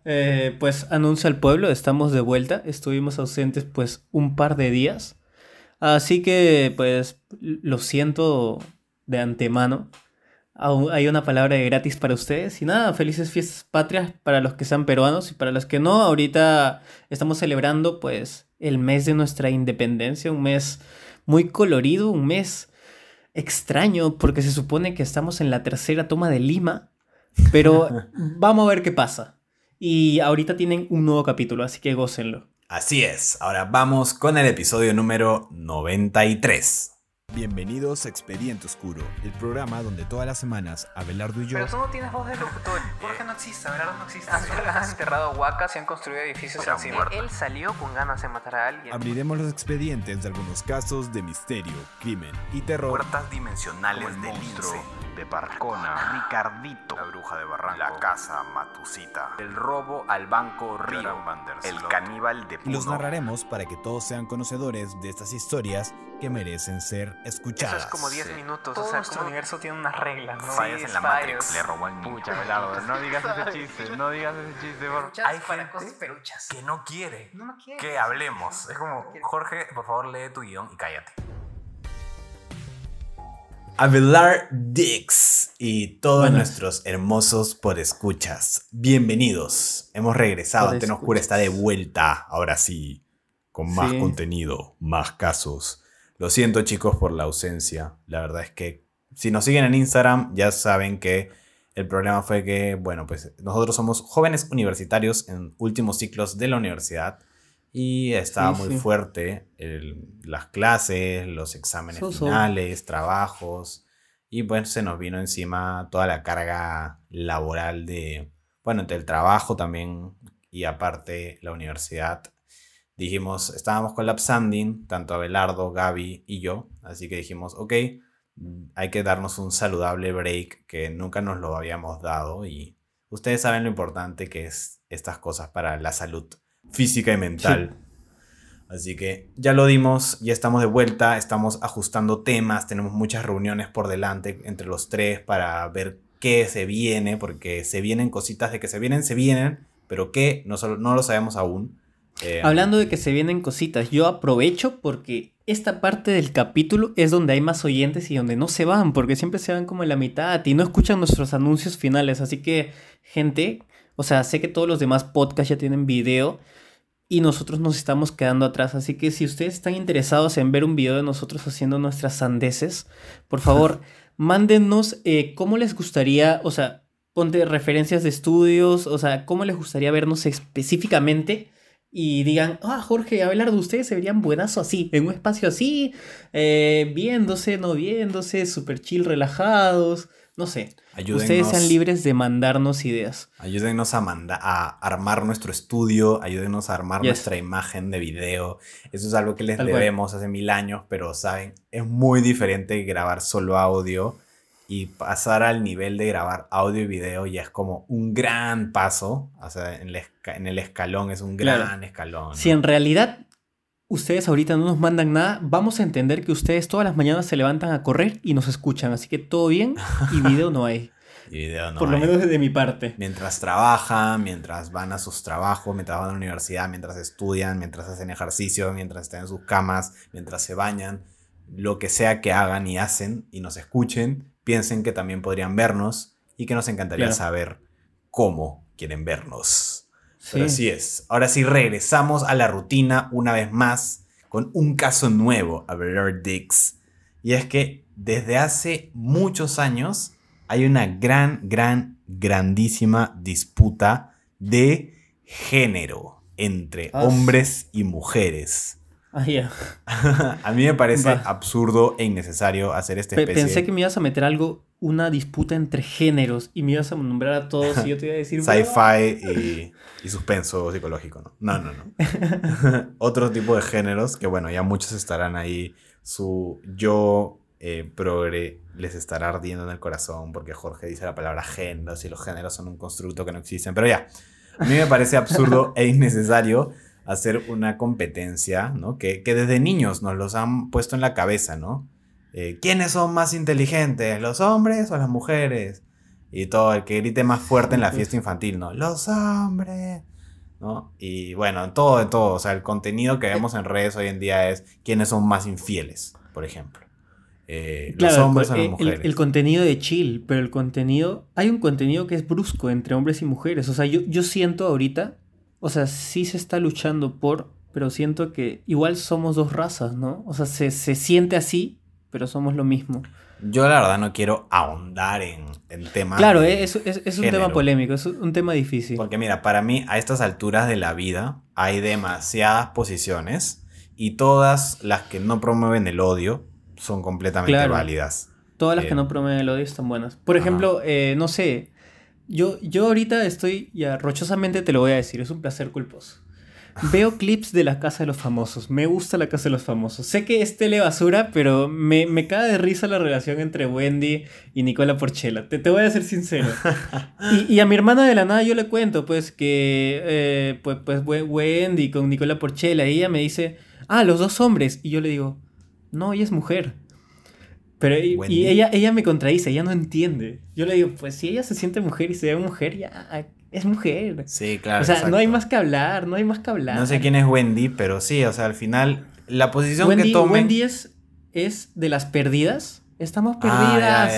Pues anuncio al pueblo, estamos de vuelta. Estuvimos ausentes pues un par de días. Así que pues lo siento de antemano. Aún hay una palabra de gratis para ustedes. Y nada, felices fiestas patrias para los que sean peruanos y para los que no. Ahorita estamos celebrando pues el mes de nuestra independencia, un mes muy colorido, un mes extraño porque se supone que estamos en la tercera toma de Lima, pero vamos a ver qué pasa. Y ahorita tienen un nuevo capítulo, así que gócenlo. Así es, ahora vamos con el episodio número 93. Bienvenidos a Expediente Oscuro, el programa donde todas las semanas Abelardo y yo... Pero tú no tienes voz de locutor. Jorge no existe, Abelardo no existe. Han enterrado huacas y han construido edificios Pero encima. muerto. Él salió con ganas de matar a alguien. Abriremos los expedientes de algunos casos de misterio, crimen y terror. Puertas dimensionales Como el del monstruo lince, de Parcona, Ricardito, La bruja de Barranco, la casa Matusita, el robo al banco Río, Joran van der el Sloot, caníbal de Y Puno. los narraremos para que todos sean conocedores de estas historias que merecen ser Eso escuchadas. es como 10 minutos. Todo o sea, nuestro como... universo tiene unas reglas, ¿no? Fallas en la Matrix, le robó al niño. Pucha, Abelardo, no digas ese chiste, no digas ese chiste. Hay gente que no quiere que hablemos. Es como, Jorge, por favor lee tu guión y cállate. Abelard Dix y todos Buenas. nuestros hermosos podescuchas. Bienvenidos. Hemos regresado. Antena Oscura está de vuelta. Ahora sí, con más Sí. contenido, más casos. Lo siento, chicos, por la ausencia. La verdad es que si nos siguen en Instagram, ya saben que el problema fue que, bueno, pues nosotros somos jóvenes universitarios en últimos ciclos de la universidad. Y estaba Sí, muy sí. fuerte las clases, los exámenes finales, trabajos. Y pues se nos vino encima toda la carga laboral bueno, entre el trabajo también y aparte la universidad. Dijimos, estábamos colapsanding, tanto Abelardo, Gaby y yo. Así que dijimos, ok, hay que darnos un saludable break que nunca nos lo habíamos dado. Y ustedes saben lo importante que es estas cosas para la salud física y mental. Así que ya lo dimos, ya estamos de vuelta, estamos ajustando temas, tenemos muchas reuniones por delante entre los tres para ver qué se viene, porque se vienen cositas de que se vienen, pero qué, no lo sabemos aún. Hablando de que se vienen cositas, yo aprovecho porque esta parte del capítulo es donde hay más oyentes y donde no se van, porque siempre se van como en la mitad y no escuchan nuestros anuncios finales. Así que, gente, o sea, sé que todos los demás podcasts ya tienen video y nosotros nos estamos quedando atrás. Así que si ustedes están interesados en ver un video de nosotros haciendo nuestras sandeces, por favor, mándennos cómo les gustaría, o sea, ponte referencias de estudios, o sea, cómo les gustaría vernos específicamente. Y digan, Jorge, Abelardo, ustedes se verían buenazo así, en un espacio así, viéndose, no viéndose, super chill, relajados, no sé. Ustedes sean libres de mandarnos ideas. Ayúdennos a armar nuestro estudio, ayúdennos a armar nuestra imagen de video. Eso es algo que les debemos hace 1000 años, pero saben, es muy diferente grabar solo audio. Y pasar al nivel de grabar audio y video ya es como un gran paso. O sea, en el escalón es un gran escalón, ¿no? Si en realidad ustedes ahorita no nos mandan nada, vamos a entender que ustedes todas las mañanas se levantan a correr y nos escuchan. Así que todo bien y video no hay. Y video no Por hay. lo menos de mi parte. Mientras trabajan, mientras van a sus trabajos, mientras van a la universidad, mientras estudian, mientras hacen ejercicio, mientras están en sus camas, mientras se bañan, lo que sea que hagan y hacen y nos escuchen, piensen que también podrían vernos y que nos encantaría saber cómo quieren vernos. Sí. Pero así es. Ahora sí regresamos a la rutina una vez más con un caso nuevo, Abelard Dix. Y es que desde hace muchos años hay una grandísima disputa de género entre hombres y mujeres. A mí me parece absurdo e innecesario hacer esta especie. Pensé que me ibas a meter una disputa entre géneros y me ibas a nombrar a todos y yo te iba a decir sci-fi y suspenso psicológico, ¿no? No. Otro tipo de géneros que, bueno, ya muchos estarán ahí. Su yo progre les estará ardiendo en el corazón porque Jorge dice la palabra géneros y los géneros son un constructo que no existen. Pero ya, a mí me parece absurdo e innecesario hacer una competencia, ¿no? Que desde niños nos los han puesto en la cabeza, ¿no? ¿Quiénes son más inteligentes, los hombres o las mujeres? Y todo el que grite más fuerte en la fiesta infantil, ¿no? ¡Los hombres! ¿No? Y bueno, en todo. O sea, el contenido que vemos en redes hoy en día es quiénes son más infieles, por ejemplo. Los hombres o las mujeres. El contenido de chill, pero hay un contenido que es brusco entre hombres y mujeres. O sea, yo siento ahorita, o sea, sí se está luchando pero siento que igual somos dos razas, ¿no? O sea, se siente así, pero somos lo mismo. Yo la verdad no quiero ahondar en temas. Claro, es un tema polémico, es un tema difícil. Porque mira, para mí a estas alturas de la vida hay demasiadas posiciones y todas las que no promueven el odio son completamente válidas. Todas las que no promueven el odio están buenas. Por ejemplo, no sé, yo ahorita estoy, ya rochosamente te lo voy a decir, es un placer culposo. Veo clips de La Casa de los Famosos. Me gusta La Casa de los Famosos. Sé que es telebasura, pero me cae de risa la relación entre Wendy y Nicola Porchela. Te voy a ser sincero. Y a mi hermana de la nada yo le cuento, pues, que pues Wendy con Nicola Porchela. Y ella me dice, los dos hombres. Y yo le digo, no, ella es mujer. Pero y ella me contradice, ella no entiende. Yo le digo, pues si ella se siente mujer y se ve mujer, ya es mujer. Sí, claro. O sea, exacto. No hay más que hablar. No sé quién es Wendy, pero sí, o sea, al final, la posición que tomen... Wendy es de las perdidas. Estamos perdidas.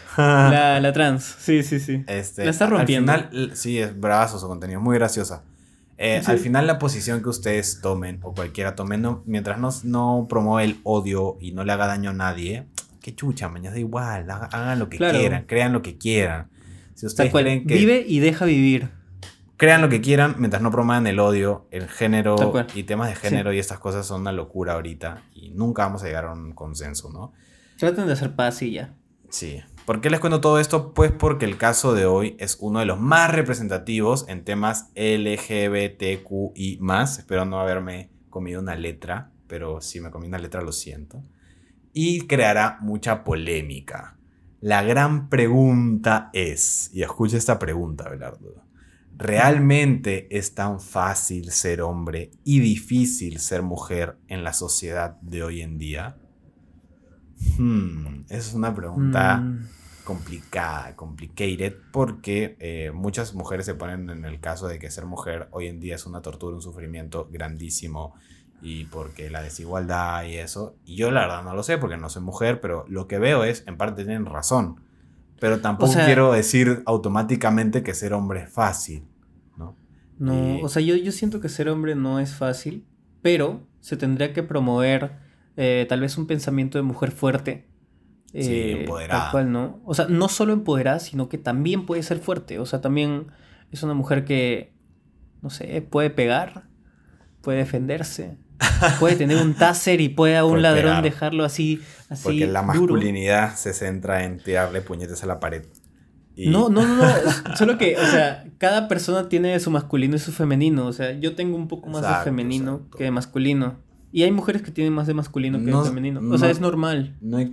Ya. La trans, sí. La está rompiendo. Al final, sí, es bravazo su contenido, muy graciosa. Sí. Al final la posición que ustedes tomen, o cualquiera tomen, mientras no promueve el odio y no le haga daño a nadie, qué chucha, mañana da igual, hagan lo que quieran, crean lo que quieran. Si ustedes creen que... Vive y deja vivir. Crean lo que quieran mientras no promuevan el odio, el género y temas de género y estas cosas son una locura ahorita y nunca vamos a llegar a un consenso, ¿no? Traten de hacer paz y ya. Sí. ¿Por qué les cuento todo esto? Pues porque el caso de hoy es uno de los más representativos en temas LGBTQI+. Espero no haberme comido una letra, pero si me comí una letra lo siento. Y creará mucha polémica. La gran pregunta es, y escucha esta pregunta, Abelardo, ¿realmente es tan fácil ser hombre y difícil ser mujer en la sociedad de hoy en día? Es una pregunta complicada, complicated, porque muchas mujeres se ponen en el caso de que ser mujer hoy en día es una tortura, un sufrimiento grandísimo, y porque la desigualdad y eso, y yo la verdad no lo sé porque no soy mujer, pero lo que veo es, en parte tienen razón, pero tampoco quiero decir automáticamente que ser hombre es fácil, ¿no? No, o sea, yo siento que ser hombre no es fácil, pero se tendría que promover tal vez un pensamiento de mujer fuerte. Sí, empoderada. Tal cual, ¿no? O sea, no solo empoderada, sino que también puede ser fuerte. O sea, también es una mujer que, no sé, puede pegar, puede defenderse, puede tener un taser y puede a un ladrón pegar. Dejarlo así porque la duro. Masculinidad se centra en tirarle puñetes a la pared. Y... No. Solo que, o sea, cada persona tiene su masculino y su femenino. O sea, yo tengo un poco más de femenino que de masculino. Y hay mujeres que tienen más de masculino que de femenino. O sea, es normal. No hay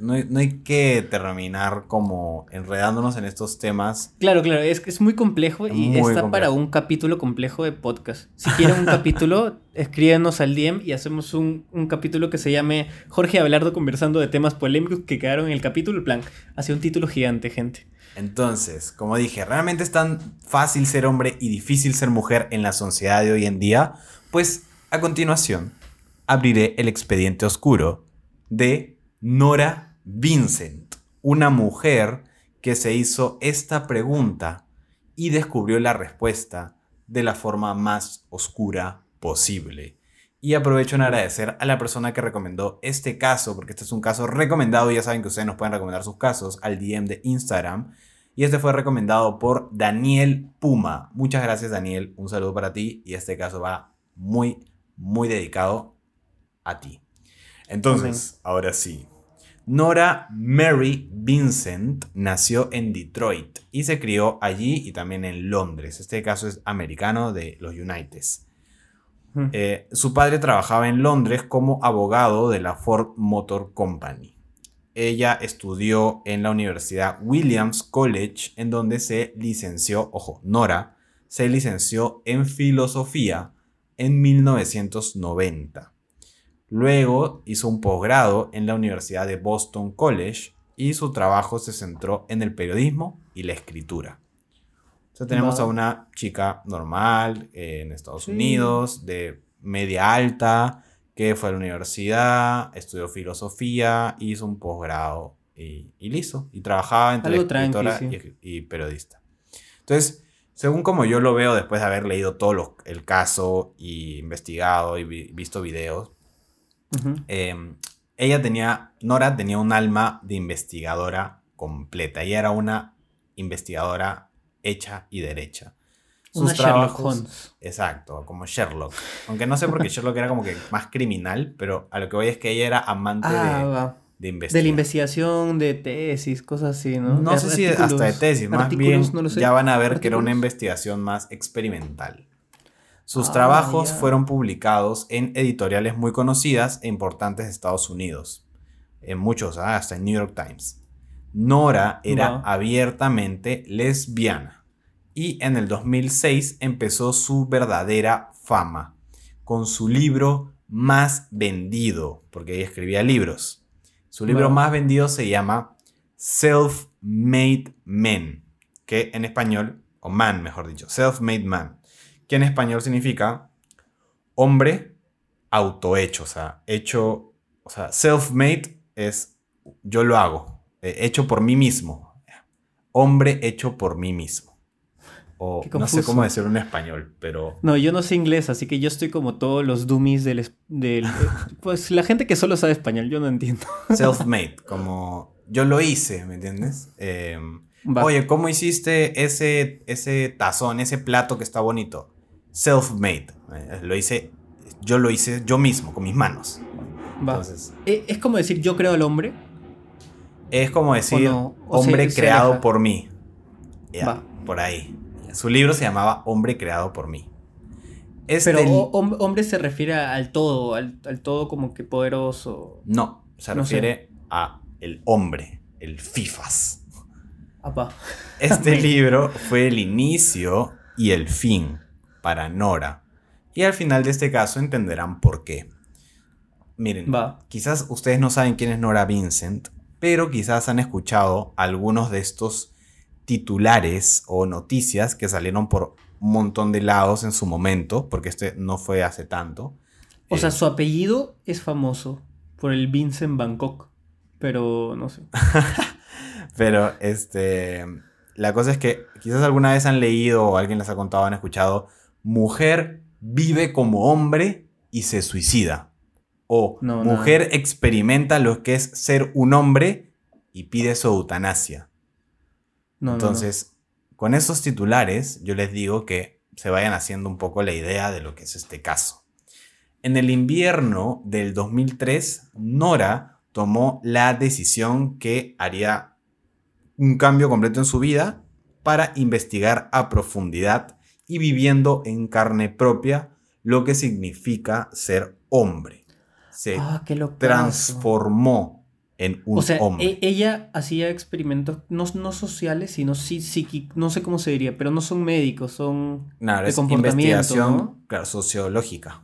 que terminar como enredándonos en estos temas. Claro, es que es muy complejo y está complejo. Para un capítulo complejo de podcast. Si quieren un capítulo, escríbenos al DM y hacemos un capítulo que se llame Jorge y Abelardo conversando de temas polémicos que quedaron en el capítulo. En plan, hace un título gigante, gente. Entonces, como dije, ¿realmente es tan fácil ser hombre y difícil ser mujer en la sociedad de hoy en día? Pues, a continuación, abriré el expediente oscuro de Nora Vincent, una mujer que se hizo esta pregunta y descubrió la respuesta de la forma más oscura posible. Y aprovecho en agradecer a la persona que recomendó este caso, porque este es un caso recomendado, ya saben que ustedes nos pueden recomendar sus casos al DM de Instagram. Y este fue recomendado por Daniel Puma. Muchas gracias, Daniel, un saludo para ti y este caso va muy, muy dedicado a ti. Entonces, ahora sí. Nora Mary Vincent nació en Detroit y se crió allí y también en Londres. Este caso es americano de los United. Su padre trabajaba en Londres como abogado de la Ford Motor Company. Ella estudió en la Universidad Williams College, en donde se licenció, Nora, se licenció en filosofía en 1990. Luego hizo un posgrado en la Universidad de Boston College y su trabajo se centró en el periodismo y la escritura. O sea, tenemos a una chica normal en Estados Unidos, de media alta, que fue a la universidad, estudió filosofía, hizo un posgrado y listo. Y trabajaba entre escritora y periodista. Entonces, según como yo lo veo después de haber leído todo el caso y investigado y visto videos, Nora tenía un alma de investigadora completa. Ella era una investigadora hecha y derecha. Sus trabajos, Sherlock Holmes. Exacto, como Sherlock. Aunque no sé por qué Sherlock era como que más criminal, pero a lo que voy es que ella era amante de investigar. De la investigación, de tesis, cosas así, ¿no? No sé si hasta de tesis, más bien no ya van a ver que era una investigación más experimental. Sus trabajos fueron publicados en editoriales muy conocidas e importantes de Estados Unidos. En muchos, hasta en New York Times. Nora era abiertamente lesbiana y en el 2006 empezó su verdadera fama con su libro más vendido, porque ella escribía libros. Su libro más vendido se llama Self-Made Men, que en español, o man mejor dicho, Self-Made Man, que en español significa hombre autohecho, self-made es yo lo hago, hecho por mí mismo, hombre hecho por mí mismo. O no sé cómo decirlo en español, pero... No, yo no sé inglés, así que yo estoy como todos los dummies del pues la gente que solo sabe español, yo no entiendo. Self-made, como yo lo hice, ¿me entiendes? Oye, ¿cómo hiciste ese tazón, ese plato que está bonito? Self-made. Yo lo hice yo mismo, con mis manos. Entonces, ¿es como decir yo creo al hombre? Es como decir hombre creado por mí. Por ahí. Su libro se llamaba Hombre creado por mí. Pero hombre se refiere al todo, al todo como que poderoso. No, se refiere a el hombre, el fifas. Este libro fue el inicio y el fin para Nora. Y al final de este caso entenderán por qué. Miren, quizás ustedes no saben quién es Nora Vincent, pero quizás han escuchado algunos de estos titulares o noticias que salieron por un montón de lados en su momento, porque este no fue hace tanto. O sea, su apellido es famoso por el Vincent Bangkok, pero no sé. Pero la cosa es que quizás alguna vez han leído o alguien les ha contado, han escuchado, mujer vive como hombre y se suicida. O mujer experimenta lo que es ser un hombre y pide su eutanasia. Entonces, con esos titulares, yo les digo que se vayan haciendo un poco la idea de lo que es este caso. En el invierno del 2003, Nora tomó la decisión que haría un cambio completo en su vida para investigar a profundidad y viviendo en carne propia lo que significa ser hombre. Se transformó en un hombre. Ella hacía experimentos no sociales, sino psíquicos, no sé cómo se diría, pero no son médicos, son de comportamiento, investigación, ¿no? Claro, sociológica.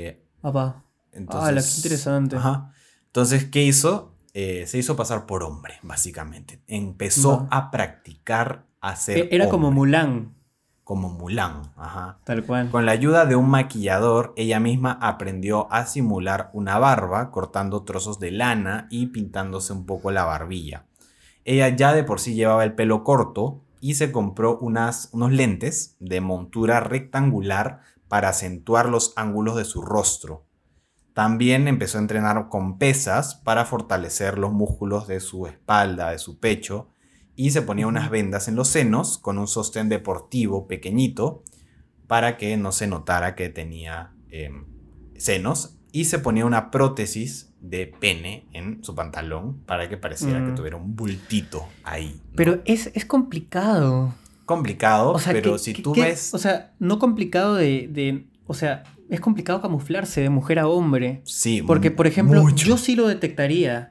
Entonces, qué interesante. Entonces, ¿qué hizo? Se hizo pasar por hombre, básicamente. Empezó a practicar a ser Era hombre. como Mulan. Como Mulan, Tal cual. Con la ayuda de un maquillador, ella misma aprendió a simular una barba, cortando trozos de lana y pintándose un poco la barbilla. Ella ya de por sí llevaba el pelo corto y se compró unos lentes de montura rectangular para acentuar los ángulos de su rostro. También empezó a entrenar con pesas para fortalecer los músculos de su espalda, de su pecho, y se ponía unas vendas en los senos con un sostén deportivo pequeñito para que no se notara que tenía senos, y se ponía una prótesis de pene en su pantalón para que pareciera que tuviera un bultito ahí, ¿no? Pero es complicado. Complicado, pero si tú ves... O sea, no complicado o sea, es complicado camuflarse de mujer a hombre. Sí, porque, por ejemplo, yo sí lo detectaría.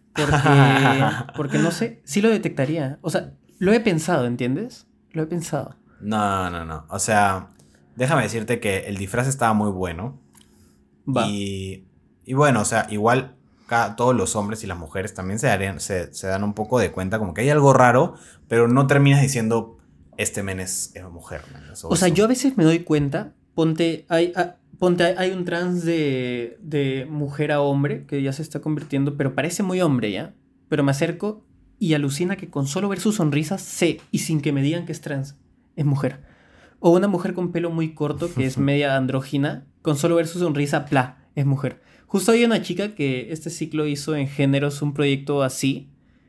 Porque no sé, sí lo detectaría. O sea, lo he pensado, ¿entiendes? Lo he pensado. No. O sea, déjame decirte que el disfraz estaba muy bueno. Y bueno, o sea, igual todos los hombres y las mujeres también se dan un poco de cuenta como que hay algo raro, pero no terminas diciendo, este men es mujer. Man, o sea, yo a veces me doy cuenta, ponte, hay un trans de mujer a hombre que ya se está convirtiendo, pero parece muy hombre, ¿ya? Pero me acerco y alucina que con solo ver su sonrisa sé, y sin que me digan que es trans, es mujer. O una mujer con pelo muy corto que es media andrógina, con solo ver su sonrisa, es mujer. Justo hay una chica que este ciclo hizo en géneros un proyecto así.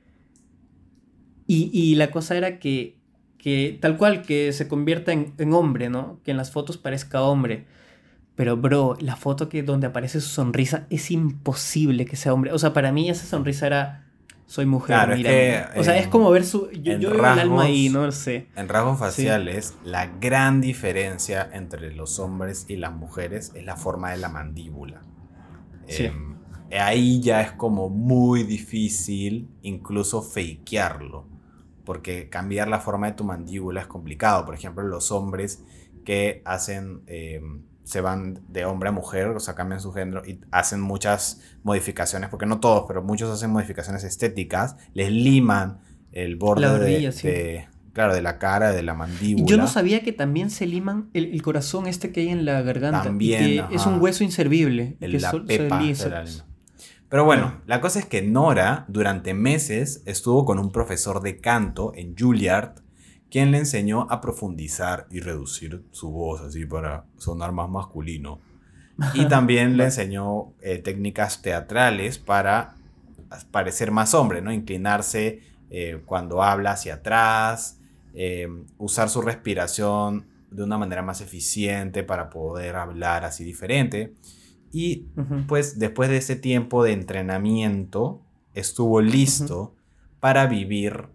Y la cosa era que tal cual, que se convierta en hombre, ¿no? Que en las fotos parezca hombre. Pero, bro, la foto donde aparece su sonrisa es imposible que sea hombre. O sea, para mí esa sonrisa era... Soy mujer, claro, mira. Es que, o sea, es como ver su... Yo veo el alma ahí, no lo sé. En rasgos faciales, sí, la gran diferencia entre los hombres y las mujeres es la forma de la mandíbula. Sí. Ahí ya es como muy difícil incluso fakearlo, porque cambiar la forma de tu mandíbula es complicado. Por ejemplo, los hombres que hacen... se van de hombre a mujer, o sea, cambian su género y hacen muchas modificaciones, porque no todos, pero muchos hacen modificaciones estéticas, les liman el borde la barbilla, de la cara, de la mandíbula. Y yo no sabía que también se liman el corazón que hay en la garganta. También, y que es un hueso inservible. La pepa del alma. Pero bueno, la cosa es que Nora durante meses estuvo con un profesor de canto en Juilliard, quien le enseñó a profundizar y reducir su voz así para sonar más masculino. Y también le enseñó técnicas teatrales para parecer más hombre, ¿no? Inclinarse cuando habla hacia atrás, usar su respiración de una manera más eficiente para poder hablar así diferente. Y pues después de ese tiempo de entrenamiento estuvo listo para vivir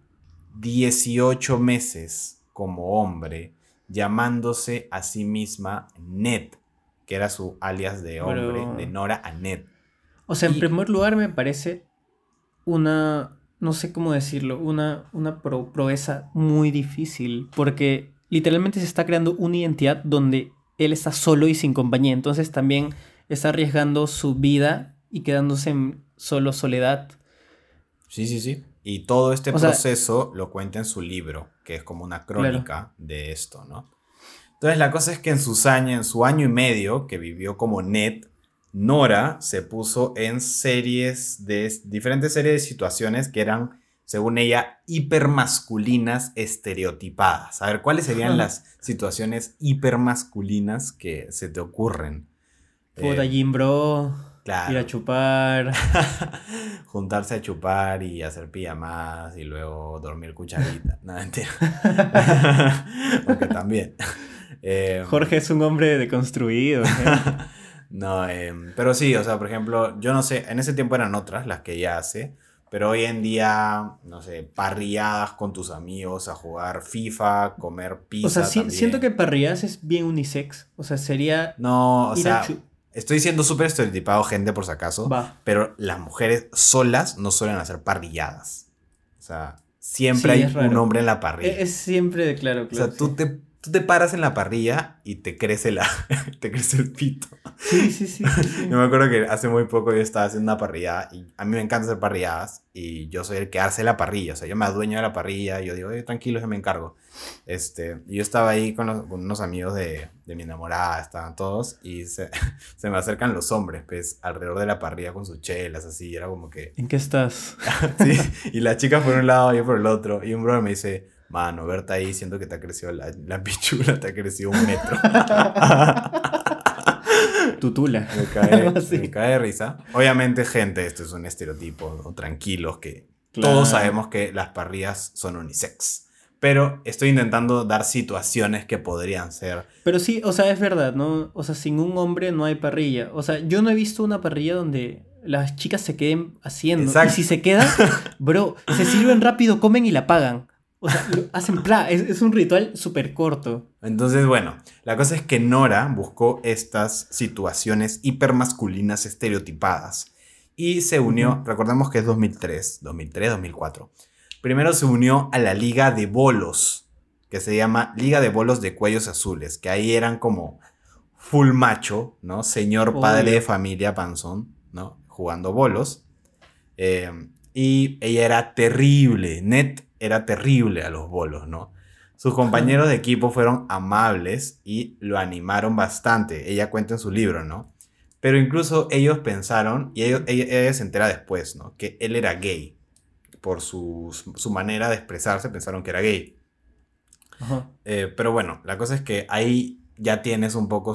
18 meses como hombre, llamándose a sí misma Ned, que era su alias de hombre, de Nora a Ned. O sea, en primer lugar me parece una, no sé cómo decirlo, una proeza muy difícil, porque literalmente se está creando una identidad donde él está solo y sin compañía, entonces también está arriesgando su vida y quedándose en soledad. Sí. Y todo este proceso lo cuenta en su libro, que es como una crónica de esto, ¿no? Entonces la cosa es que en su año y medio que vivió como Ned, Nora se puso en diferentes series de situaciones que eran, según ella, hipermasculinas estereotipadas. A ver, ¿cuáles serían las situaciones hipermasculinas que se te ocurren? Puta, gym bro. Claro. Ir a chupar. Juntarse a chupar y hacer pijamas y luego dormir cucharita. No, mentira. Porque también. Jorge es un hombre deconstruido. No, pero sí, o sea, por ejemplo, yo no sé, en ese tiempo eran otras las que ella hace, pero hoy en día, no sé, parrilladas con tus amigos a jugar FIFA, comer pizza. O sea, siento que parrilladas es bien unisex. O sea, sería... No, o sea... Estoy siendo súper estereotipado, gente, por si acaso. Pero las mujeres solas no suelen hacer parrilladas. O sea, siempre hay un hombre en la parrilla. Es siempre, claro. O sea, tú te paras en la parrilla y te crece el pito. Sí. Yo me acuerdo que hace muy poco yo estaba haciendo una parrillada y a mí me encanta hacer parrilladas y yo soy el que hace la parrilla. O sea, yo me adueño de la parrilla y yo digo, tranquilo, yo me encargo. Y yo estaba ahí con unos amigos de mi enamorada, estaban todos y se me acercan los hombres, pues, alrededor de la parrilla con sus chelas, así, y era como que... ¿En qué estás? Sí, y la chica por un lado, yo por el otro, y un brother me dice, mano, verte ahí, siento que te ha crecido la pichula, te ha crecido 1 metro. Tutula. Me cae de risa. Obviamente, gente, esto es un estereotipo, ¿no? Tranquilos, que todos sabemos que las parrillas son unisex. Pero estoy intentando dar situaciones que podrían ser. Pero sí, o sea, es verdad, ¿no? O sea, sin un hombre no hay parrilla. O sea, yo no he visto una parrilla donde las chicas se queden haciendo. Exacto. Y si se quedan, bro, se sirven rápido, comen y la pagan. O sea, hacen es un ritual súper corto. Entonces, bueno, la cosa es que Nora buscó estas situaciones hipermasculinas estereotipadas y se unió, recordemos que es 2004. Primero se unió a la Liga de Bolos, que se llama Liga de Bolos de Cuellos Azules, que ahí eran como full macho, ¿no? Señor padre de familia panzón, ¿no? Jugando bolos. Y ella era terrible, Ned era terrible a los bolos, ¿no? Sus compañeros de equipo fueron amables y lo animaron bastante. Ella cuenta en su libro, ¿no? Pero incluso ellos pensaron, y ella se entera después, ¿no? Que él era gay. Por su manera de expresarse, pensaron que era gay. Ajá. Pero bueno, la cosa es que ahí ya tienes un poco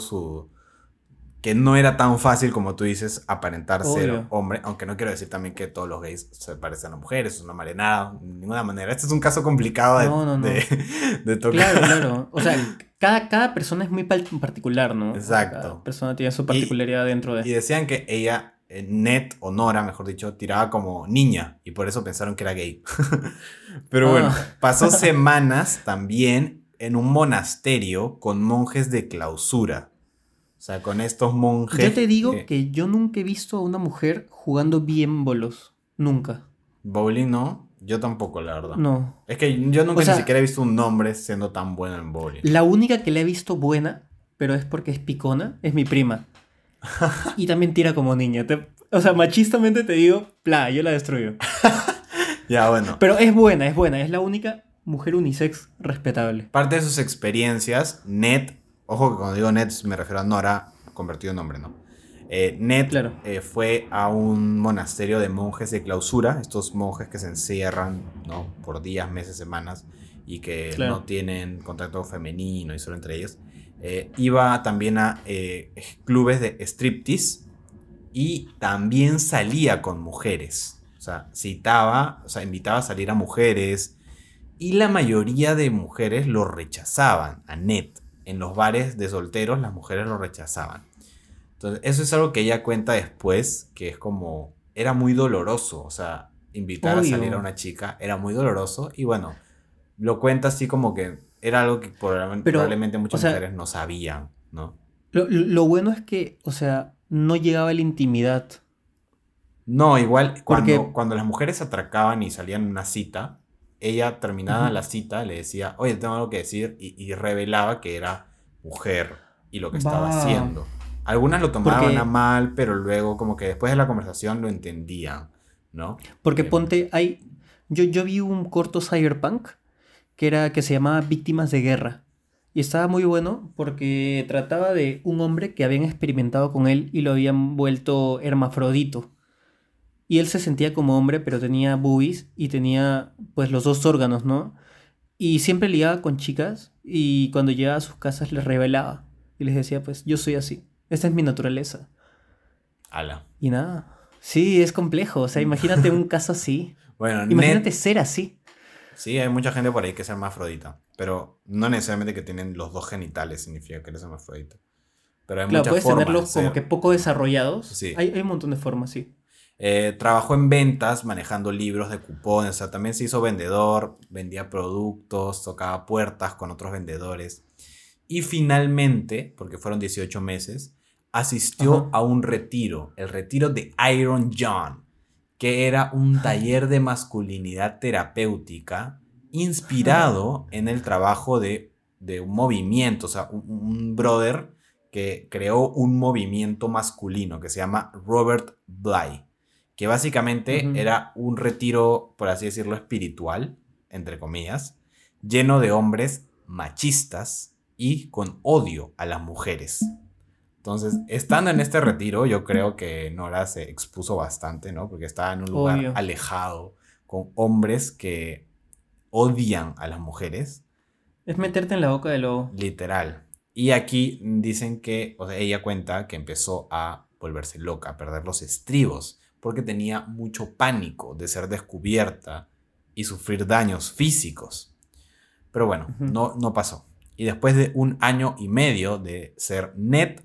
que no era tan fácil como tú dices aparentar ser Obvio. hombre, aunque no quiero decir también que todos los gays se parecen a mujeres, es una marenada, de ninguna manera. Este es un caso complicado No. de tocar. Claro. O sea, cada persona es muy particular, ¿no? Exacto. Cada persona tiene su particularidad dentro Y de... decían que ella, Ned o Nora, mejor dicho, tiraba como niña y por eso pensaron que era gay. Pero bueno, pasó semanas también en un monasterio con monjes de clausura. O sea, con estos monjes... Yo te digo que yo nunca he visto a una mujer jugando bien bolos. Nunca. Bowling no, yo tampoco, la verdad. No. Es que yo nunca O sea, ni siquiera he visto un hombre siendo tan bueno en bowling. La única que la he visto buena, pero es porque es picona, es mi prima. Y también tira como niña. O sea, machistamente te digo, yo la destruyo. Ya, bueno. Pero es buena. Es la única mujer unisex respetable. Parte de sus experiencias, Ned, ojo que cuando digo Ned me refiero a Nora, convertido en hombre, ¿no? Ned Claro. fue a un monasterio de monjes de clausura, estos monjes que se encierran, ¿no? Por días, meses, semanas, y que Claro. no tienen contacto femenino y solo entre ellos. Iba también a clubes de striptease y también salía con mujeres. O sea, invitaba a salir a mujeres y la mayoría de mujeres lo rechazaban a Ned. En los bares de solteros las mujeres lo rechazaban. Entonces, eso es algo que ella cuenta después, que es como, era muy doloroso. O sea, invitar Obvio. a salir a una chica era muy doloroso. Y bueno, lo cuenta así como que era algo que probablemente muchas mujeres no sabían, ¿no? Lo bueno es que, o sea, no llegaba a la intimidad. No, igual Porque- cuando las mujeres atracaban y salían en una cita, ella terminaba la cita, le decía, oye, tengo algo que decir, y revelaba que era mujer y lo que estaba Va. haciendo. Algunas lo tomaban Porque- a mal, pero luego como que después de la conversación lo entendían, ¿no? Porque Eh, ponte, yo vi un corto cyberpunk que se llamaba Víctimas de Guerra. Y estaba muy bueno porque trataba de un hombre que habían experimentado con él y lo habían vuelto hermafrodito. Y él se sentía como hombre, pero tenía boobies y tenía pues los dos órganos, ¿no? Y siempre ligaba con chicas y cuando llegaba a sus casas les revelaba. Y les decía, pues yo soy así. Esta es mi naturaleza. ala. Y nada. Sí, es complejo. O sea, imagínate un caso así. Bueno, Imagínate Ned, ser así. sí, hay mucha gente por ahí que es hermafrodita, pero no necesariamente que tienen los dos genitales significa que eres hermafrodita. Pero hay Claro, muchas puedes formas tenerlos de como ser. que poco desarrollados. Sí. Hay un montón de formas, sí. Trabajó en ventas, manejando libros de cupones, o sea, también se hizo vendedor, vendía productos, tocaba puertas con otros vendedores. Y finalmente, porque fueron 18 meses, asistió Ajá. a un retiro, el retiro de Iron John, que era un taller de masculinidad terapéutica inspirado en el trabajo de un movimiento, o sea, un brother que creó un movimiento masculino que se llama Robert Bly, que básicamente Ujú. era un retiro, por así decirlo, espiritual, entre comillas, lleno de hombres machistas y con odio a las mujeres. Entonces, estando en este retiro, yo creo que Nora se expuso bastante, ¿no? Porque estaba en un lugar Obvio. alejado, con hombres que odian a las mujeres, Es meterte en la boca del lobo. literal. Y aquí dicen que, o sea, ella cuenta que empezó a volverse loca, a perder los estribos, porque tenía mucho pánico de ser descubierta y sufrir daños físicos. Pero bueno, Ujú. no pasó. Y después de 1 año y medio de ser Ned,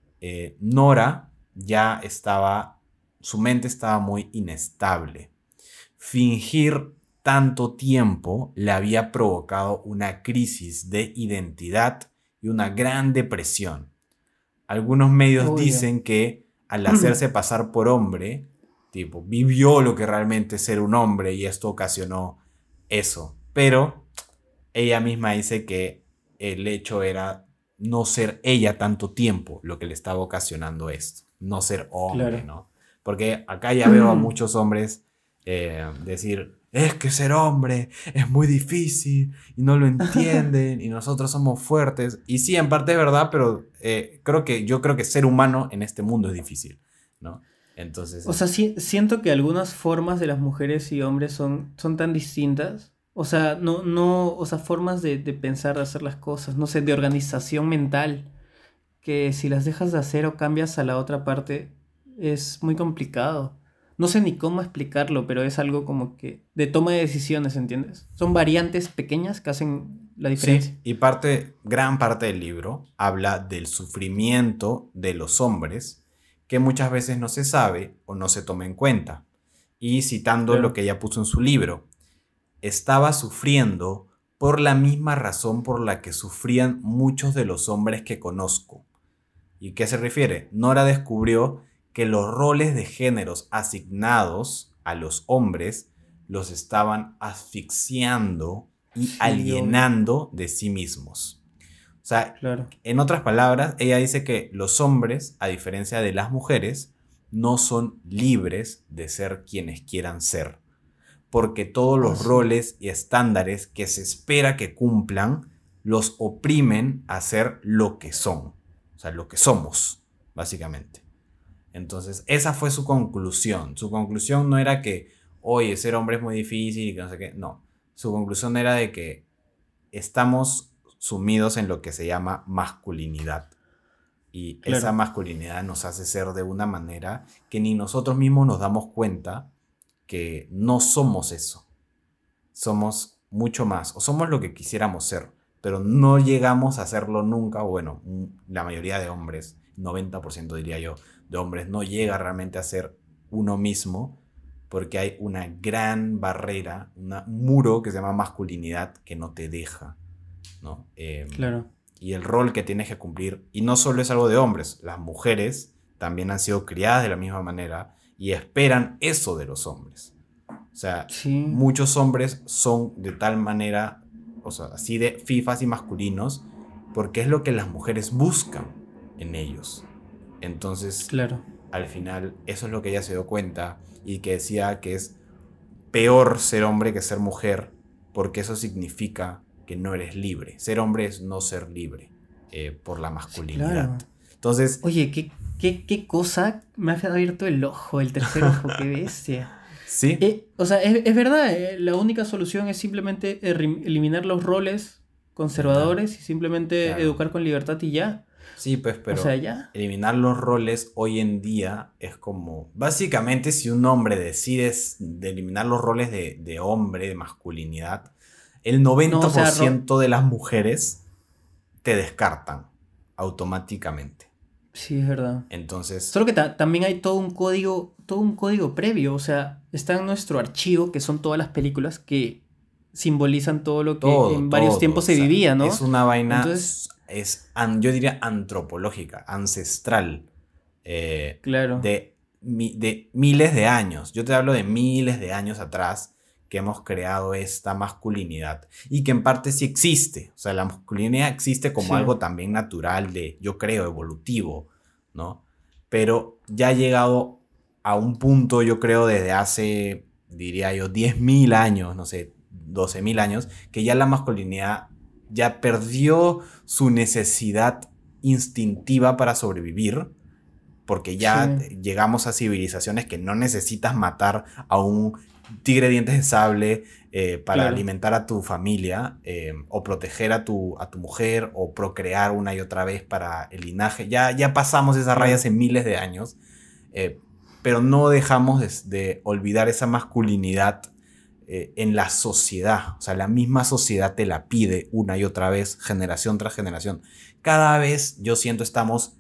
Nora ya estaba, su mente estaba muy inestable. Fingir tanto tiempo le había provocado una crisis de identidad y una gran depresión. Algunos medios Obvio. dicen que al hacerse pasar por hombre, tipo, vivió lo que realmente es ser un hombre y esto ocasionó eso. Pero ella misma dice que el hecho era no ser ella tanto tiempo lo que le estaba ocasionando esto. No ser hombre, Claro. ¿no? Porque acá ya veo a muchos hombres decir, es que ser hombre es muy difícil y no lo entienden y nosotros somos fuertes. Y sí, en parte es verdad, pero yo creo que ser humano en este mundo es difícil, ¿no? Entonces... O sea, siento que algunas formas de las mujeres y hombres son tan distintas. O sea, o sea, formas de pensar, de hacer las cosas, no sé, de organización mental, que si las dejas de hacer o cambias a la otra parte, es muy complicado. No sé ni cómo explicarlo, pero es algo como que de toma de decisiones, ¿entiendes? Son variantes pequeñas que hacen la diferencia. Sí, y gran parte del libro habla del sufrimiento de los hombres que muchas veces no se sabe o no se toma en cuenta. Y citando Claro. lo que ella puso en su libro, estaba sufriendo por la misma razón por la que sufrían muchos de los hombres que conozco. ¿Y qué se refiere? Nora descubrió que los roles de géneros asignados a los hombres los estaban asfixiando y Sí, alienando de sí mismos. O sea, Claro. en otras palabras, ella dice que los hombres, a diferencia de las mujeres, no son libres de ser quienes quieran ser, porque todos los Sí. roles y estándares que se espera que cumplan los oprimen a ser lo que son, o sea, lo que somos, básicamente. Entonces, esa fue su conclusión. Su conclusión no era que, oye, ser hombre es muy difícil y que no sé qué. No. Su conclusión era de que estamos sumidos en lo que se llama masculinidad. Y esa Claro. masculinidad nos hace ser de una manera que ni nosotros mismos nos damos cuenta que no somos eso. Somos mucho más, o somos lo que quisiéramos ser, pero no llegamos a serlo nunca. Bueno, la mayoría de hombres, 90% diría yo, de hombres no llega realmente a ser uno mismo porque hay una gran barrera, un muro que se llama masculinidad que no te deja, ¿no? Claro. Y el rol que tienes que cumplir, y no solo es algo de hombres, las mujeres también han sido criadas de la misma manera y esperan eso de los hombres. O sea, Sí. muchos hombres son de tal manera, o sea, así de fifas y masculinos, porque es lo que las mujeres buscan en ellos. Entonces, Claro. al final, eso es lo que ella se dio cuenta y que decía que es peor ser hombre que ser mujer, porque eso significa que no eres libre. Ser hombre es no ser libre por la masculinidad. Claro. Entonces, Oye, qué cosa me ha abierto el ojo, el tercer ojo, qué bestia. sí, O sea, es verdad, la única solución es simplemente eliminar los roles conservadores y simplemente Claro. educar con libertad y ya. sí, pues, pero O sea, ya. eliminar los roles hoy en día es como, básicamente, si un hombre decide de eliminar los roles de hombre, de masculinidad, el 90% de las mujeres te descartan automáticamente. Sí, es verdad. Entonces, Solo que también hay todo un código previo. O sea, está en nuestro archivo, que son todas las películas que simbolizan todo lo que en varios tiempos se o sea, vivía, ¿no? es una vaina, Entonces, yo diría antropológica, ancestral, claro. de miles de años. Yo te hablo de miles de años atrás que hemos creado esta masculinidad y que en parte sí existe. O sea, la masculinidad existe como Sí. algo también natural yo creo, evolutivo, ¿no? Pero ya ha llegado a un punto, yo creo, desde hace, diría yo, 10.000 años, no sé, 12.000 años, que ya la masculinidad ya perdió su necesidad instintiva para sobrevivir, porque ya Sí. llegamos a civilizaciones que no necesitas matar a un tigre de dientes de sable para Claro. alimentar a tu familia, o proteger a tu mujer, o procrear una y otra vez para el linaje. Ya pasamos esa raya hace miles de años, pero no dejamos de olvidar esa masculinidad en la sociedad. O sea, la misma sociedad te la pide una y otra vez, generación tras generación. Cada vez yo siento estamos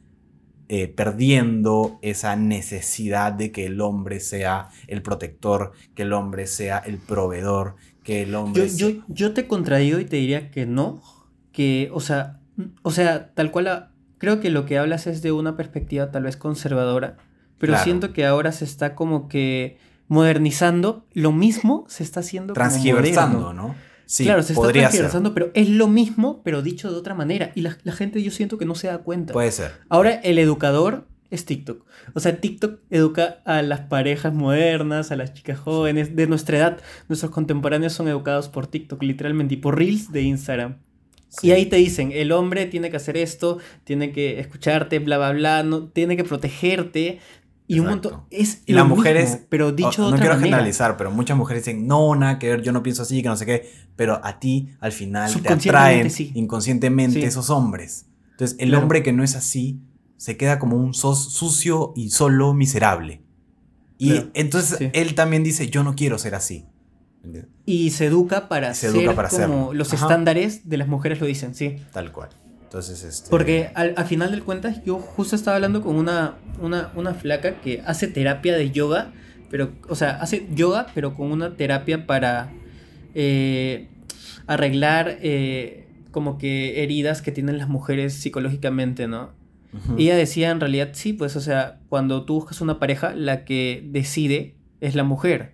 perdiendo esa necesidad de que el hombre sea el protector, que el hombre sea el proveedor, que el hombre Yo te contradigo y te diría que no. Que, o sea, tal cual, creo que lo que hablas es de una perspectiva tal vez conservadora, pero Claro. siento que ahora se está como que modernizando. Lo mismo se está haciendo como transgiversando, moderno. ¿no? Sí, Claro, se está podría ser. transgiversando, pero es lo mismo, pero dicho de otra manera. Y la gente yo siento que no se da cuenta. Puede ser. Ahora el educador es TikTok. O sea, TikTok educa a las parejas modernas, a las chicas jóvenes de nuestra edad. Nuestros contemporáneos son educados por TikTok, literalmente, y por Reels de Instagram. Sí. Y ahí te dicen, el hombre tiene que hacer esto, tiene que escucharte, bla, bla, bla, no, tiene que protegerte. Y un Exacto. montón. Es Y lo las mujeres, mismo, pero dicho de no otra quiero manera. generalizar, pero muchas mujeres dicen, no, nada que ver, yo no pienso así, que no sé qué, pero a ti al final te Subconscientemente atraen sí. inconscientemente Sí. esos hombres. Entonces el Claro. hombre que no es así se queda como un sucio y solo miserable. Y Claro. entonces Sí. él también dice, yo no quiero ser así. ¿Entiendes? Y se educa para Y se ser educa para como hacerlo. los Ajá. estándares de las mujeres lo dicen, sí. Tal cual. Entonces, Porque al final del cuentas, yo justo estaba hablando con una flaca que hace terapia de yoga, pero, o sea, hace yoga, pero con una terapia para arreglar como que heridas que tienen las mujeres psicológicamente, ¿no? Ujú. Ella decía en realidad, sí, pues, o sea, cuando tú buscas una pareja, la que decide es la mujer.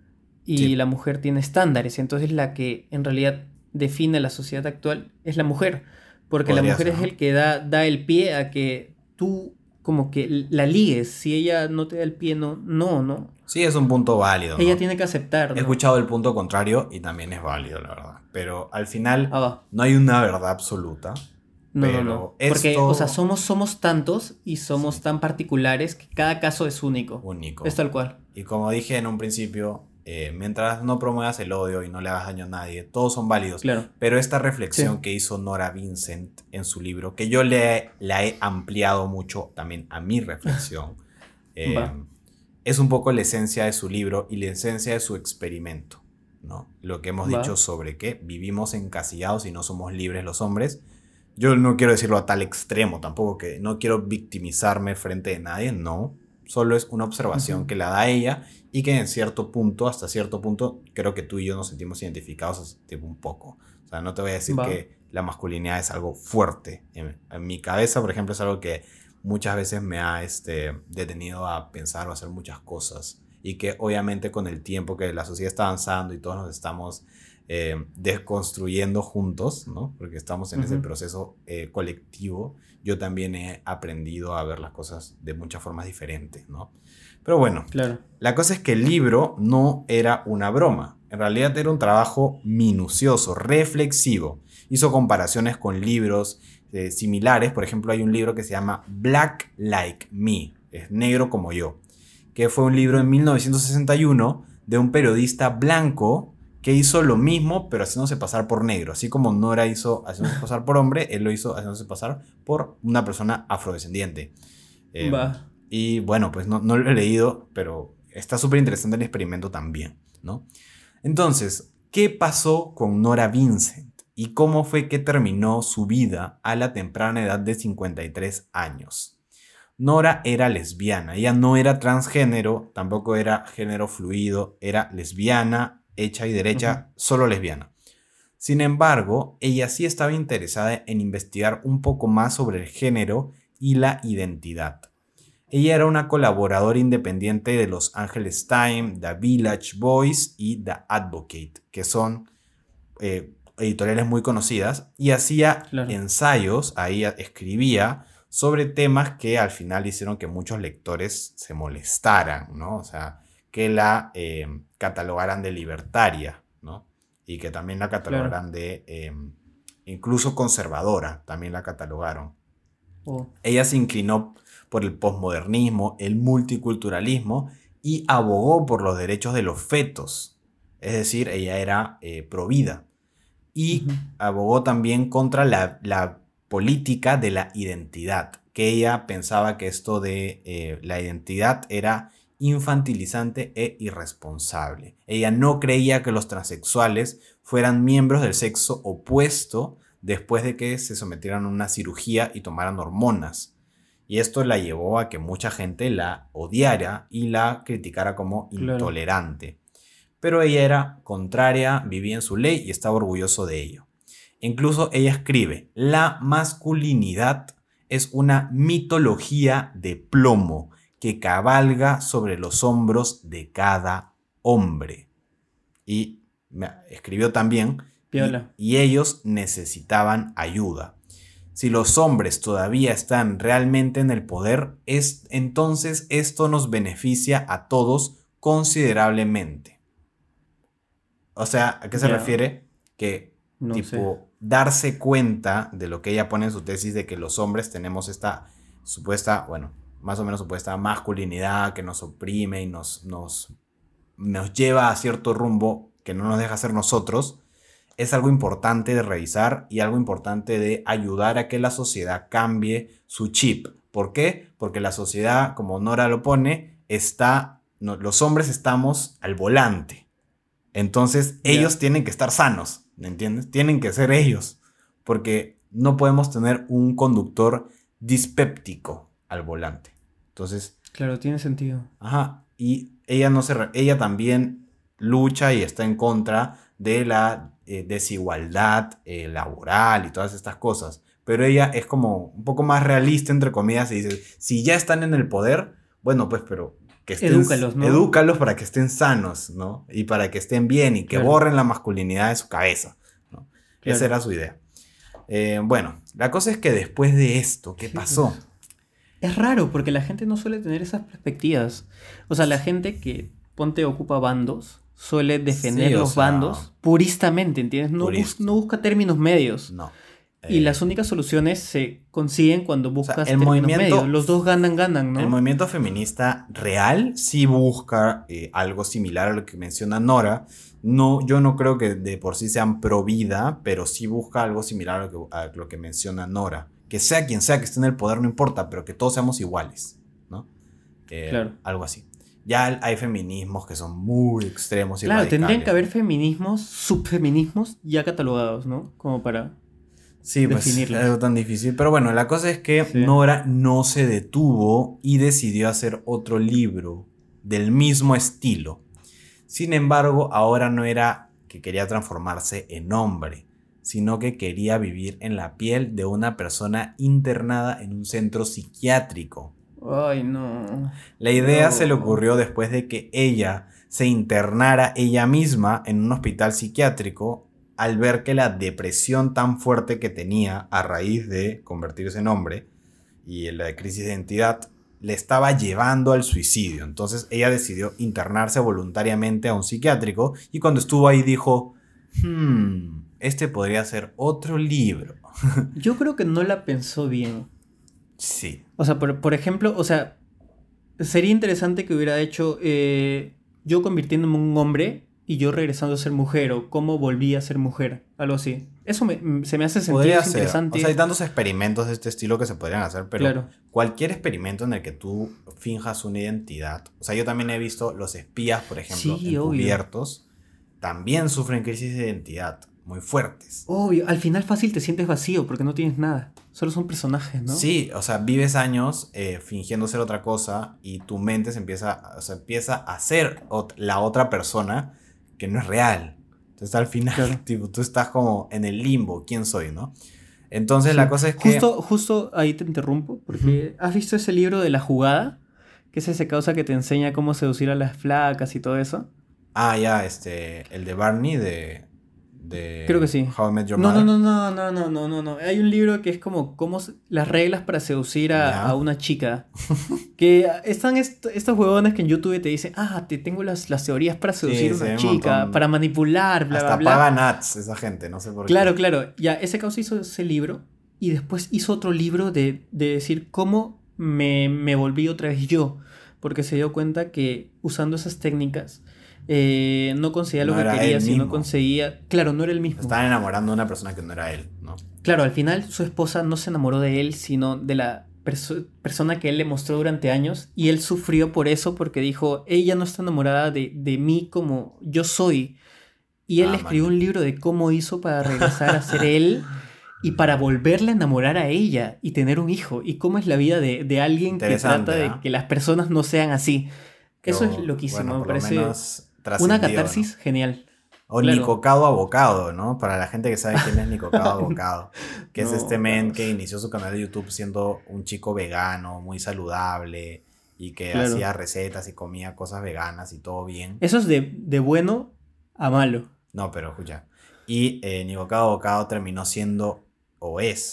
Y Sí. la mujer tiene estándares, entonces la que en realidad define la sociedad actual es la mujer. Porque la Podría mujer ser, es ¿no? el que da el pie a que tú como que la ligues. Si ella no te da el pie, no. Sí, es un punto válido, Ella ¿no? tiene que aceptar, He ¿no? escuchado el punto contrario y también es válido, la verdad. Pero al final Ah, va. no hay una verdad absoluta. No. Pero Porque, o sea, esto somos tantos y somos tan particulares que cada caso es único. único. Es tal cual. Y como dije en un principio, mientras no promuevas el odio y no le hagas daño a nadie, todos son válidos. Claro. Pero esta reflexión Sí. que hizo Nora Vincent en su libro, que yo la he ampliado mucho también a mi reflexión, Va. es un poco la esencia de su libro y la esencia de su experimento, ¿no? Lo que hemos Va. dicho sobre que vivimos encasillados y no somos libres los hombres. Yo no quiero decirlo a tal extremo tampoco, que no quiero victimizarme frente de nadie, no. Solo es una observación Ujú. que la da ella y que en cierto punto, hasta cierto punto, creo que tú y yo nos sentimos identificados tipo, un poco. O sea, no te voy a decir Va. que la masculinidad es algo fuerte. En mi cabeza, por ejemplo, es algo que muchas veces me ha detenido a pensar o a hacer muchas cosas. Y que obviamente con el tiempo que la sociedad está avanzando y todos nos estamos desconstruyendo juntos, ¿no? Porque estamos en ese Ujú. proceso colectivo, yo también he aprendido a ver las cosas de muchas formas diferentes, ¿no? Pero bueno, Claro. la cosa es que el libro no era una broma, en realidad era un trabajo minucioso, reflexivo. Hizo comparaciones con libros similares, por ejemplo hay un libro que se llama Black Like Me, es negro como yo, que fue un libro en 1961 de un periodista blanco que hizo lo mismo, pero haciéndose pasar por negro. Así como Nora hizo haciéndose pasar por hombre, él lo hizo haciéndose pasar por una persona afrodescendiente. Va. Y bueno, pues no lo he leído, pero está súper interesante el experimento también, ¿no? Entonces, ¿qué pasó con Nora Vincent? ¿Y cómo fue que terminó su vida a la temprana edad de 53 años? Nora era lesbiana, ella no era transgénero, tampoco era género fluido, era lesbiana, hecha y derecha, solo lesbiana. Sin embargo, ella sí estaba interesada en investigar un poco más sobre el género y la identidad. Ella era una colaboradora independiente de Los Angeles Times, The Village Voice y The Advocate, que son editoriales muy conocidas, y hacía Claro. ensayos, ahí escribía sobre temas que al final hicieron que muchos lectores se molestaran, ¿no? O sea, que la catalogaran de libertaria, ¿no? Y que también la catalogaran de incluso conservadora, también la catalogaron. Oh. Ella se inclinó por el posmodernismo, el multiculturalismo y abogó por los derechos de los fetos. Es decir, ella era provida. Y Ujú. abogó también contra la política de la identidad, que ella pensaba que esto de la identidad era infantilizante e irresponsable. Ella no creía que los transexuales fueran miembros del sexo opuesto después de que se sometieran a una cirugía y tomaran hormonas. Y esto la llevó a que mucha gente la odiara y la criticara como Claro. intolerante. Pero ella era contraria, vivía en su ley y estaba orgulloso de ello. Incluso ella escribe, la masculinidad es una mitología de plomo que cabalga sobre los hombros de cada hombre. Y escribió también, Piola. y ellos necesitaban ayuda. si los hombres todavía están realmente en el poder, entonces esto nos beneficia a todos considerablemente. O sea, ¿a qué se refiere? Que, No sé. darse cuenta de lo que ella pone en su tesis de que los hombres tenemos esta supuesta, bueno, más o menos supuesta masculinidad que nos oprime y nos lleva a cierto rumbo que no nos deja ser nosotros, es algo importante de revisar y algo importante de ayudar a que la sociedad cambie su chip. ¿Por qué? Porque la sociedad, como Nora lo pone, los hombres estamos al volante. Entonces ellos tienen que estar sanos, ¿me entiendes? Tienen que ser ellos, porque no podemos tener un conductor dispéptico al volante. Entonces, Claro, tiene sentido. ajá, y ella también lucha y está en contra de la desigualdad laboral y todas estas cosas. Pero ella es como un poco más realista, entre comillas, y dice, si ya están en el poder, bueno, pues, pero que Edúcalos, ¿no? edúcalos para que estén sanos, ¿no? Y para que estén bien y que borren la masculinidad de su cabeza, ¿no? Esa era su idea. Bueno, la cosa es que después de esto, ¿qué pasó? Es raro porque la gente no suele tener esas perspectivas. O sea, la gente que, ponte, ocupa bandos, suele defender los bandos puristamente, ¿entiendes? No busca términos medios. No. Y las únicas soluciones se consiguen cuando buscas el términos movimiento- medios. Los dos ganan, ¿no? El movimiento feminista real sí busca algo similar a lo que menciona Nora. No, yo no creo que de por sí sean pro vida, pero sí busca algo similar a lo que menciona Nora. Que sea quien sea que esté en el poder, no importa, pero que todos seamos iguales, ¿no? Claro. Algo así. Ya hay feminismos que son muy extremos y Claro, radicales. tendrían que haber feminismos, subfeminismos ya catalogados, ¿no? Como para... Sí, pues es definirlos. algo tan difícil. Pero bueno, la cosa es que Sí. Nora no se detuvo y decidió hacer otro libro del mismo estilo. Sin embargo, ahora no era que quería transformarse en hombre, sino que quería vivir en la piel de una persona internada en un centro psiquiátrico. Ay, no. La idea No. se le ocurrió después de que ella se internara ella misma en un hospital psiquiátrico al ver que la depresión tan fuerte que tenía a raíz de convertirse en hombre y la crisis de identidad le estaba llevando al suicidio. Entonces ella decidió internarse voluntariamente a un psiquiátrico y cuando estuvo ahí dijo, este podría ser otro libro. Yo creo que no la pensó bien. Sí. O sea, por ejemplo, o sea, sería interesante que hubiera hecho yo convirtiéndome en un hombre y yo regresando a ser mujer, o cómo volví a ser mujer, algo así. Eso se me hace sentir Podría ser. interesante. O sea, hay tantos experimentos de este estilo que se podrían hacer, pero Claro. cualquier experimento en el que tú finjas una identidad. O sea, yo también he visto los espías, por ejemplo, Sí, obvio. encubiertos, también sufren crisis de identidad muy fuertes. Obvio, al final fácil te sientes vacío porque no tienes nada. Solo son personajes, ¿no? Sí, o sea, vives años fingiendo ser otra cosa y tu mente empieza a ser la otra persona que no es real. Entonces al final, Claro. tipo, tú estás como en el limbo, ¿quién soy, no? Entonces la cosa es que... Justo ahí te interrumpo, porque ¿has visto ese libro de La Jugada? Que es ese causa que te enseña cómo seducir a las flacas y todo eso. Ah, ya, el de Barney de Creo que sí. How I Met Your No. Mother. Hay un libro que es como las reglas para seducir Ya. a una chica. Que están estos huevones que en YouTube te dicen, te tengo las teorías para seducir a Sí, una un chica, montón. para manipular, bla, Hasta bla, bla. pagan ads esa gente, no sé por qué. Claro. Ya, ese causa hizo ese libro y después hizo otro libro de decir cómo me volví otra vez yo. Porque se dio cuenta que usando esas técnicas no conseguía lo No que era quería, él sino mismo. conseguía... Claro, no era el mismo. Estaban enamorando de una persona que no era él, ¿no? Claro, al final su esposa no se enamoró de él, sino de la persona que él le mostró durante años. Y él sufrió por eso, porque dijo, ella no está enamorada de mí como yo soy. Y él escribió un libro de cómo hizo para regresar a ser él y para volverle a enamorar a ella y tener un hijo. Y cómo es la vida de alguien que Interesante, trata de ¿eh? que las personas no sean así. Eso es Pero, loquísimo, bueno, me por lo parece menos una trascendió, catarsis genial. O Claro. Nicocado Abocado, ¿no? Para la gente que sabe quién es Nicocado Abocado. Que es No, este men Carlos. que inició su canal de YouTube siendo un chico vegano, muy saludable. Y que Claro. hacía recetas y comía cosas veganas y todo bien. Eso es de bueno a malo. No, pero escucha. Y Nicocado Abocado terminó siendo, o es,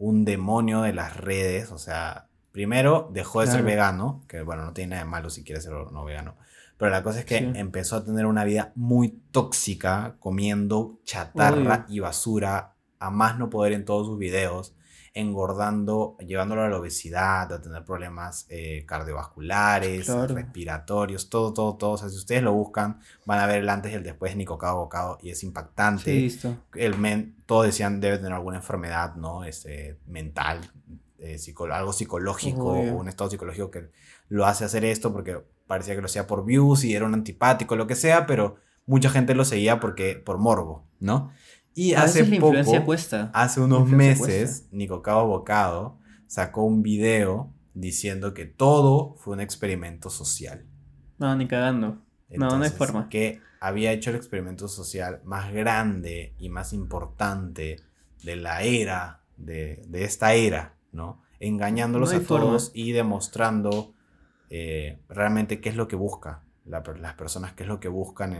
un demonio de las redes. O sea, primero dejó de ser vegano, que bueno, no tiene nada de malo si quiere ser o no vegano. Pero la cosa es que empezó a tener una vida muy tóxica, comiendo chatarra y basura a más no poder en todos sus videos, engordando, llevándolo a la obesidad, a tener problemas cardiovasculares, respiratorios, todo. O sea, si ustedes lo buscan, van a ver el antes y el después de Nico Cabo Bocado y es impactante. Sí, listo. Todos decían debe tener alguna enfermedad, ¿no? Mental, algo psicológico, o un estado psicológico que lo hace hacer esto porque parecía que lo hacía por views y era un antipático, lo que sea, pero mucha gente lo seguía por morbo, ¿no? Y hace poco, hace unos meses, Nico Cabo Bocado sacó un video diciendo que todo fue un experimento social. No, ni cagando. Entonces, no hay forma. Que había hecho el experimento social más grande y más importante de la era, de esta era, ¿no? Engañándolos a todos y demostrando realmente qué es lo que busca las personas, qué es lo que buscan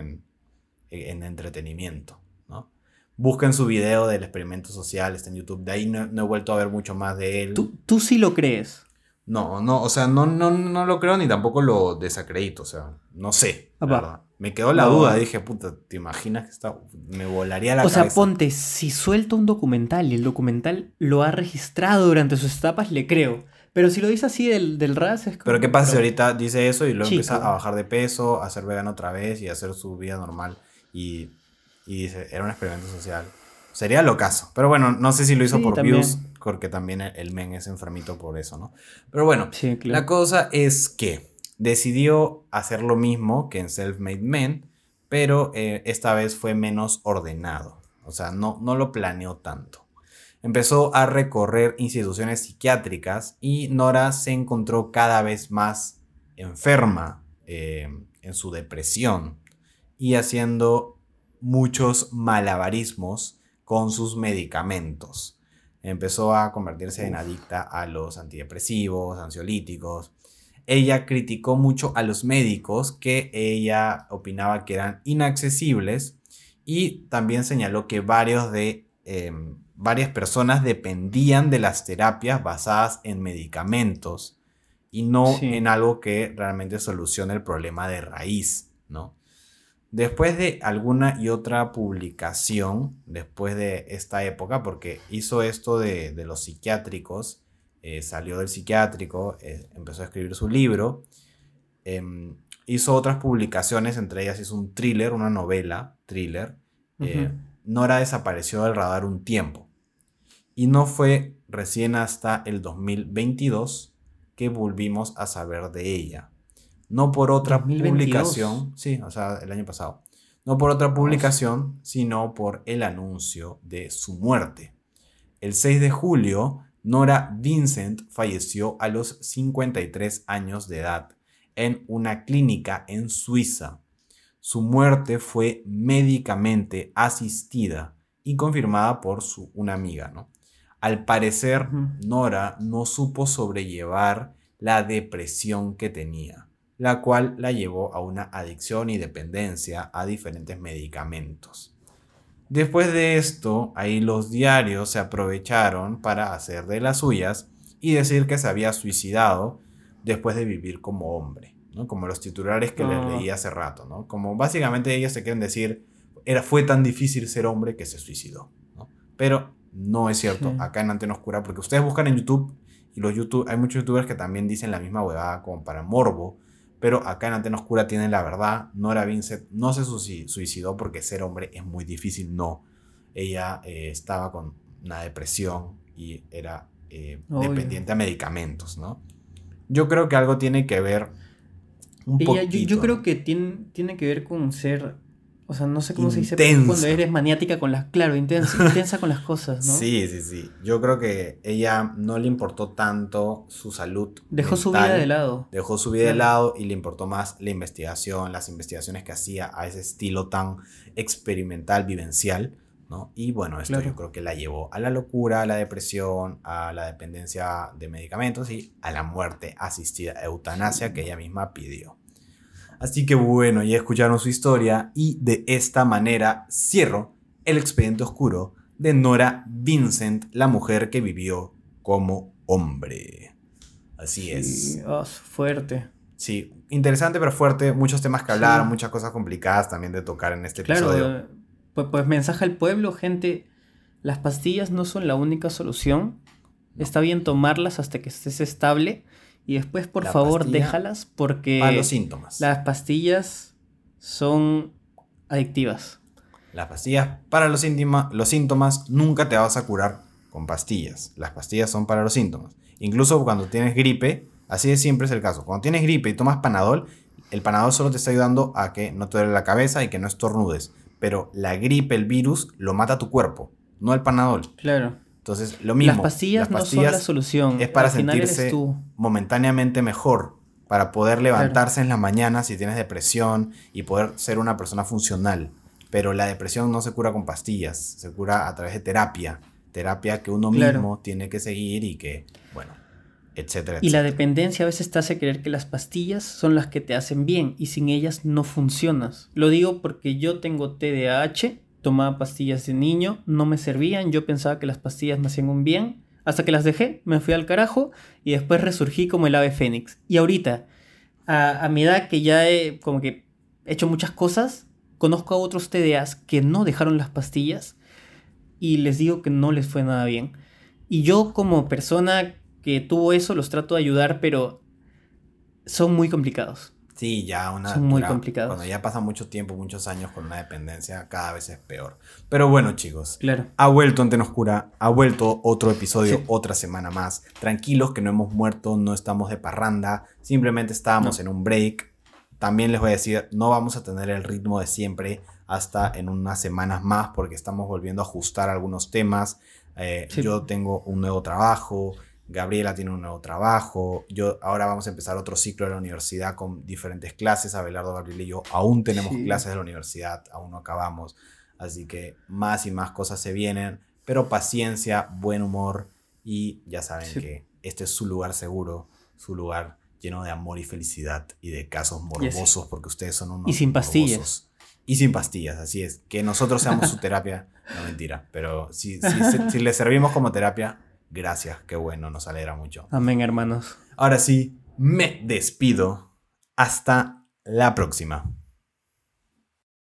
en entretenimiento, ¿no? Busquen su video del experimento social, está en YouTube. De ahí no he vuelto a ver mucho más de él. ¿Tú sí lo crees? No, o sea, no lo creo ni tampoco lo desacredito, o sea, no sé, la verdad. Me quedó la duda, dije, puta, ¿te imaginas que me volaría la cabeza? O sea, ponte, si suelta un documental y el documental lo ha registrado durante sus etapas, le creo. Pero si lo dice así del RAS es como... Pero ¿qué pasa si ahorita dice eso y luego empieza a bajar de peso, a ser vegano otra vez y a hacer su vida normal y dice, era un experimento social? Sería locazo. Pero bueno, no sé si lo hizo por también. Views, porque también el men es enfermito por eso, ¿no? Pero bueno, la cosa es que decidió hacer lo mismo que en Self-Made Men, pero esta vez fue menos ordenado. O sea, no lo planeó tanto. Empezó a recorrer instituciones psiquiátricas y Nora se encontró cada vez más enferma en su depresión y haciendo muchos malabarismos con sus medicamentos. Empezó a convertirse en adicta a los antidepresivos, ansiolíticos. Ella criticó mucho a los médicos que ella opinaba que eran inaccesibles y también señaló que varias personas dependían de las terapias basadas en medicamentos y no en algo que realmente solucione el problema de raíz, ¿no? Después de alguna y otra publicación, después de esta época, porque hizo esto de los psiquiátricos, salió del psiquiátrico, empezó a escribir su libro, hizo otras publicaciones, entre ellas hizo un thriller, una novela, thriller. Nora desapareció del radar un tiempo y no fue recién hasta el 2022 que volvimos a saber de ella. No por otra 2022. Publicación, sí, o sea, el año pasado. No por otra publicación, sino por el anuncio de su muerte. El 6 de julio, Nora Vincent falleció a los 53 años de edad en una clínica en Suiza. Su muerte fue médicamente asistida y confirmada por una amiga, ¿no? Al parecer, Nora no supo sobrellevar la depresión que tenía, la cual la llevó a una adicción y dependencia a diferentes medicamentos. Después de esto, ahí los diarios se aprovecharon para hacer de las suyas y decir que se había suicidado después de vivir como hombre, ¿no? Como los titulares que les leí hace rato, ¿no? Como básicamente ellos se quieren decir, fue tan difícil ser hombre que se suicidó, ¿no? Pero no es cierto, acá en Antena Oscura, porque ustedes buscan en YouTube y hay muchos youtubers que también dicen la misma huevada como para morbo. Pero acá en Antena Oscura tienen la verdad. Nora Vincent no se suicidó porque ser hombre es muy difícil. No. Ella estaba con una depresión y era dependiente a medicamentos, ¿no? Yo creo que algo tiene que ver un poquito. Yo creo que tiene que ver con ser... O sea, no sé cómo se dice, pero cuando eres maniática con las... Claro, intensa con las cosas, ¿no? Sí. Yo creo que ella no le importó tanto su salud Dejó su vida de lado. Dejó su vida de lado y le importó más la investigación, las investigaciones que hacía a ese estilo tan experimental, vivencial, ¿no? Y bueno, esto yo creo que la llevó a la locura, a la depresión, a la dependencia de medicamentos y a la muerte asistida, eutanasia que ella misma pidió. Así que bueno, ya escucharon su historia y de esta manera cierro el expediente oscuro de Nora Vincent, la mujer que vivió como hombre. Así es. Fuerte. Sí, interesante pero fuerte, muchos temas que hablar, muchas cosas complicadas también de tocar en este episodio. Pues mensaje al pueblo, gente, las pastillas no son la única solución. No. Está bien tomarlas hasta que estés estable y después por favor déjalas porque para los síntomas. Las pastillas son adictivas. Las pastillas para los síntomas nunca te vas a curar con pastillas. Las pastillas son para los síntomas. Incluso cuando tienes gripe, así de siempre es el caso. Cuando tienes gripe y tomas Panadol, el Panadol solo te está ayudando a que no te duele la cabeza y que no estornudes. Pero la gripe, el virus, lo mata a tu cuerpo, no el Panadol. Claro. Entonces, lo mismo. Las pastillas no son la solución. Es para sentirse momentáneamente mejor, para poder levantarse en las mañanas si tienes depresión y poder ser una persona funcional. Pero la depresión no se cura con pastillas, se cura a través de terapia. Terapia que uno mismo tiene que seguir y que, bueno, etcétera, etcétera. Y la dependencia a veces te hace creer que las pastillas son las que te hacen bien y sin ellas no funcionas. Lo digo porque yo tengo TDAH, tomaba pastillas de niño, no me servían, yo pensaba que las pastillas me hacían un bien, hasta que las dejé, me fui al carajo y después resurgí como el ave fénix. Y ahorita, a mi edad que ya he hecho muchas cosas, conozco a otros TDAs que no dejaron las pastillas y les digo que no les fue nada bien. Y yo como persona que tuvo eso los trato de ayudar, pero son muy complicados. Sí, son muy complicados. Cuando ya pasa mucho tiempo, muchos años con una dependencia, cada vez es peor. Pero bueno, chicos, claro. Ha vuelto Antena Oscura, ha vuelto otro episodio, otra semana más. Tranquilos que no hemos muerto, no estamos de parranda, simplemente estábamos en un break. También les voy a decir, no vamos a tener el ritmo de siempre hasta en unas semanas más porque estamos volviendo a ajustar algunos temas. Yo tengo un nuevo trabajo, Gabriela tiene un nuevo trabajo, ahora vamos a empezar otro ciclo de la universidad con diferentes clases. Abelardo, Gabriel y yo aún tenemos clases de la universidad, aún no acabamos. Así que más y más cosas se vienen, pero paciencia, buen humor y ya saben que este es su lugar seguro, su lugar lleno de amor y felicidad y de casos morbosos, porque ustedes son unos y sin pastillas. Morbosos. Y sin pastillas, así es. Que nosotros seamos su terapia, no mentira. Pero si les servimos como terapia, gracias, qué bueno, nos alegra mucho. Amén, hermanos. Ahora sí, me despido. Hasta la próxima.